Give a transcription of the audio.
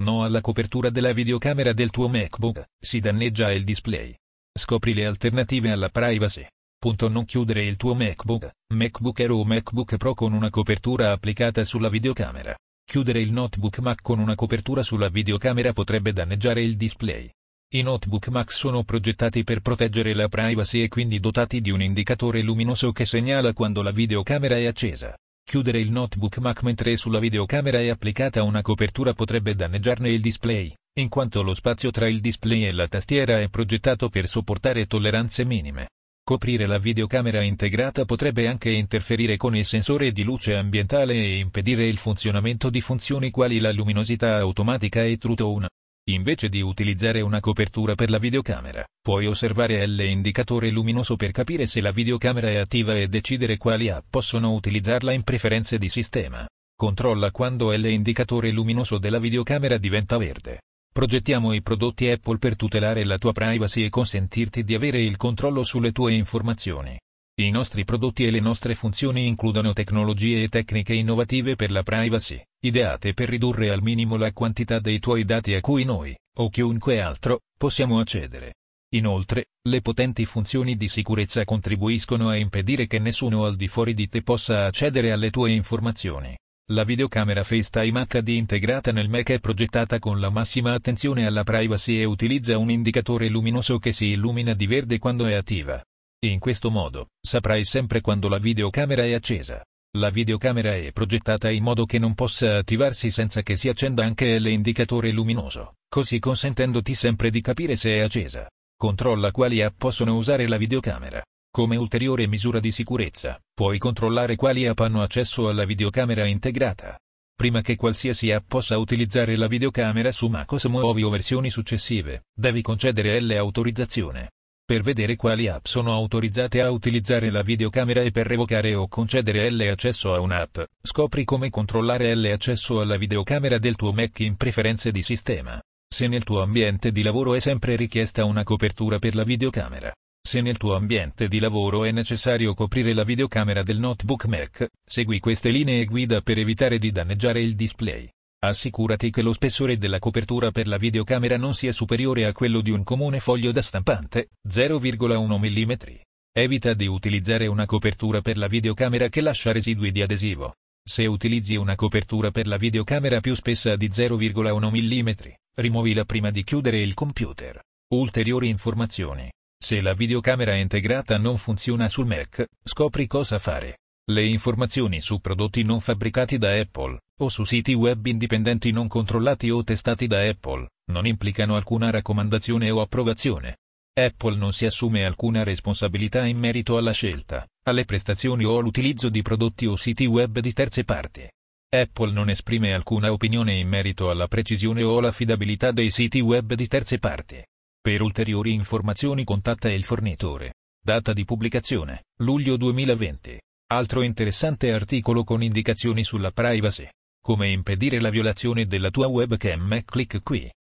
No alla copertura della videocamera del tuo MacBook, si danneggia il display. Scopri le alternative alla privacy. Non chiudere il tuo MacBook, MacBook Air o MacBook Pro con una copertura applicata sulla videocamera. Chiudere il notebook Mac con una copertura sulla videocamera potrebbe danneggiare il display. I notebook Mac sono progettati per proteggere la privacy e quindi dotati di un indicatore luminoso che segnala quando la videocamera è accesa. Chiudere il notebook Mac mentre sulla videocamera è applicata una copertura potrebbe danneggiarne il display, in quanto lo spazio tra il display e la tastiera è progettato per sopportare tolleranze minime. Coprire la videocamera integrata potrebbe anche interferire con il sensore di luce ambientale e impedire il funzionamento di funzioni quali la luminosità automatica e True Tone. Invece di utilizzare una copertura per la videocamera, puoi osservare l'indicatore luminoso per capire se la videocamera è attiva e decidere quali app possono utilizzarla in preferenze di sistema. Controlla quando l'indicatore luminoso della videocamera diventa verde. Progettiamo i prodotti Apple per tutelare la tua privacy e consentirti di avere il controllo sulle tue informazioni. I nostri prodotti e le nostre funzioni includono tecnologie e tecniche innovative per la privacy, ideate per ridurre al minimo la quantità dei tuoi dati a cui noi, o chiunque altro, possiamo accedere. Inoltre, le potenti funzioni di sicurezza contribuiscono a impedire che nessuno al di fuori di te possa accedere alle tue informazioni. La videocamera FaceTime HD integrata nel Mac è progettata con la massima attenzione alla privacy e utilizza un indicatore luminoso che si illumina di verde quando è attiva. In questo modo, saprai sempre quando la videocamera è accesa. La videocamera è progettata in modo che non possa attivarsi senza che si accenda anche l'indicatore luminoso, così consentendoti sempre di capire se è accesa. Controlla quali app possono usare la videocamera. Come ulteriore misura di sicurezza, puoi controllare quali app hanno accesso alla videocamera integrata. Prima che qualsiasi app possa utilizzare la videocamera su macOS Muovi o versioni successive, devi concedere l'autorizzazione. Per vedere quali app sono autorizzate a utilizzare la videocamera e per revocare o concedere l'accesso a un'app, scopri come controllare l'accesso alla videocamera del tuo Mac in preferenze di sistema. Se nel tuo ambiente di lavoro è sempre richiesta una copertura per la videocamera. Se nel tuo ambiente di lavoro è necessario coprire la videocamera del notebook Mac, segui queste linee guida per evitare di danneggiare il display. Assicurati che lo spessore della copertura per la videocamera non sia superiore a quello di un comune foglio da stampante, 0,1 mm. Evita di utilizzare una copertura per la videocamera che lascia residui di adesivo. Se utilizzi una copertura per la videocamera più spessa di 0,1 mm, rimuovila prima di chiudere il computer. Ulteriori informazioni. Se la videocamera integrata non funziona sul Mac, scopri cosa fare. Le informazioni su prodotti non fabbricati da Apple, o su siti web indipendenti non controllati o testati da Apple, non implicano alcuna raccomandazione o approvazione. Apple non si assume alcuna responsabilità in merito alla scelta, alle prestazioni o all'utilizzo di prodotti o siti web di terze parti. Apple non esprime alcuna opinione in merito alla precisione o all'affidabilità dei siti web di terze parti. Per ulteriori informazioni contatta il fornitore. Data di pubblicazione, luglio 2020. Altro interessante articolo con indicazioni sulla privacy. Come impedire la violazione della tua webcam? Clic qui.